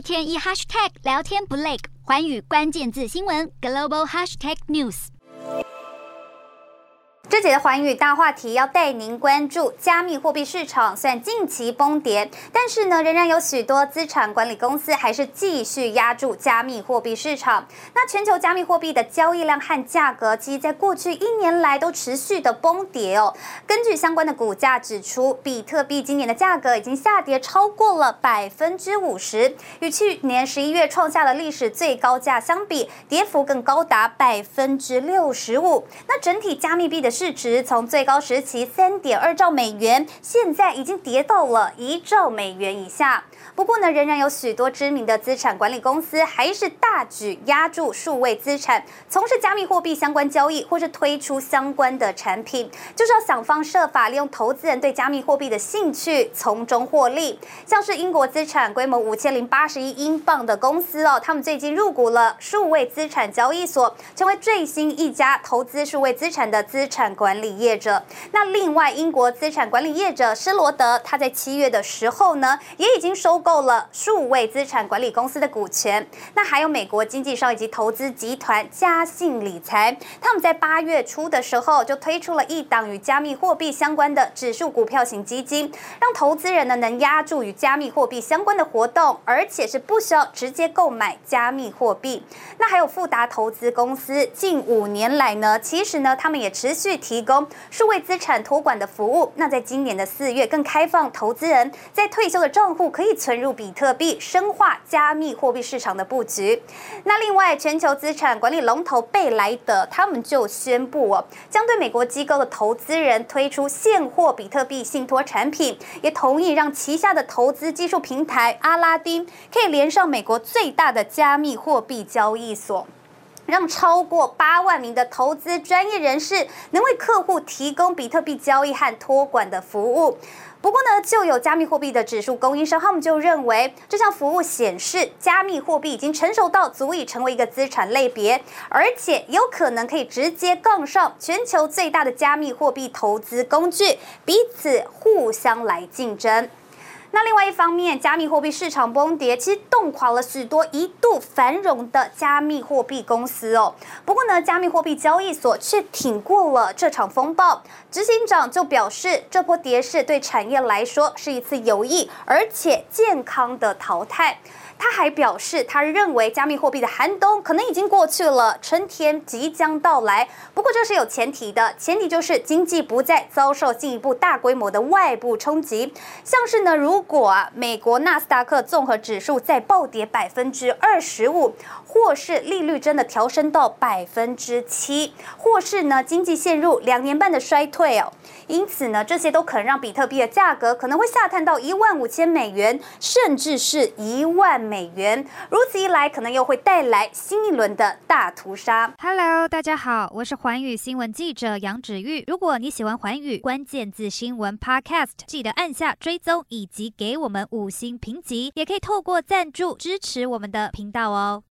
天一 hashtag 聊天不累，寰宇关键字新闻 global hashtag news。 这节的寰宇大话题要带您关注加密货币市场，虽然近期崩跌，但是呢，仍然有许多资产管理公司还是继续压住加密货币市场。那全球加密货币的交易量和价格，其实在过去1年来都持续的崩跌哦。根据相关的股价指出，比特币今年的价格已经下跌超过了50%，与去年11月创下的历史最高价相比，跌幅更高达65%。那整体加密币的市值从最高时期3.2兆美元，现在已经跌到了1兆美元以下。不过呢，仍然有许多知名的资产管理公司还是大举压住数位资产，从事加密货币相关交易，或是推出相关的产品，就是要想方设法利用投资人对加密货币的兴趣，从中获利。像是英国资产规模5081英镑的公司哦，他们最近入股了数位资产交易所，成为最新一家投资数位资产的资产管理业者。那另外，英国资产管理业者施罗德，他在7月的时候呢，也已经收购了数位资产管理公司的股权。那还有美国经纪商以及投资集团嘉信理财，他们在8月初的时候就推出了一档与加密货币相关的指数股票型基金，让投资人呢能押注与加密货币相关的活动，而且是不需要直接购买加密货币。那还有富达投资公司，近5年来呢，其实呢他们也持续提供数位资产托管的服务。那在今年的4月，更开放投资人在退休的账户可以存入比特币，深化加密货币市场的布局。那另外，全球资产管理龙头贝莱德，他们就宣布将对美国机构的投资人推出现货比特币信托产品，也同意让旗下的投资技术平台阿拉丁可以连上美国最大的加密货币交易所，让超过8万名的投资专业人士能为客户提供比特币交易和托管的服务。不过呢，就有加密货币的指数供应商，他们就认为这项服务显示加密货币已经成熟到足以成为一个资产类别，而且有可能可以直接杠上全球最大的加密货币投资工具，彼此互相来竞争。那另外一方面，加密货币市场崩跌，其实冻垮了许多一度繁荣的加密货币公司哦。不过呢，加密货币交易所却挺过了这场风暴。执行长就表示，这波跌势对产业来说是一次有益而且健康的淘汰。他还表示，他认为加密货币的寒冬可能已经过去了，春天即将到来。不过这是有前提的，前提就是经济不再遭受进一步大规模的外部冲击。像是呢，如果美国纳斯达克综合指数再暴跌25%，或是利率真的调升到7%，或是呢经济陷入2年半的衰退哦。因此呢，这些都可能让比特币的价格可能会下探到15000美元，甚至是1万美元。如此一来，可能又会带来新一轮的大屠杀。 Hello， 大家好，我是寰宇新闻记者杨芷玉。如果你喜欢寰宇关键字新闻 Podcast， 记得按下追踪以及给我们5星评级，也可以透过赞助支持我们的频道哦。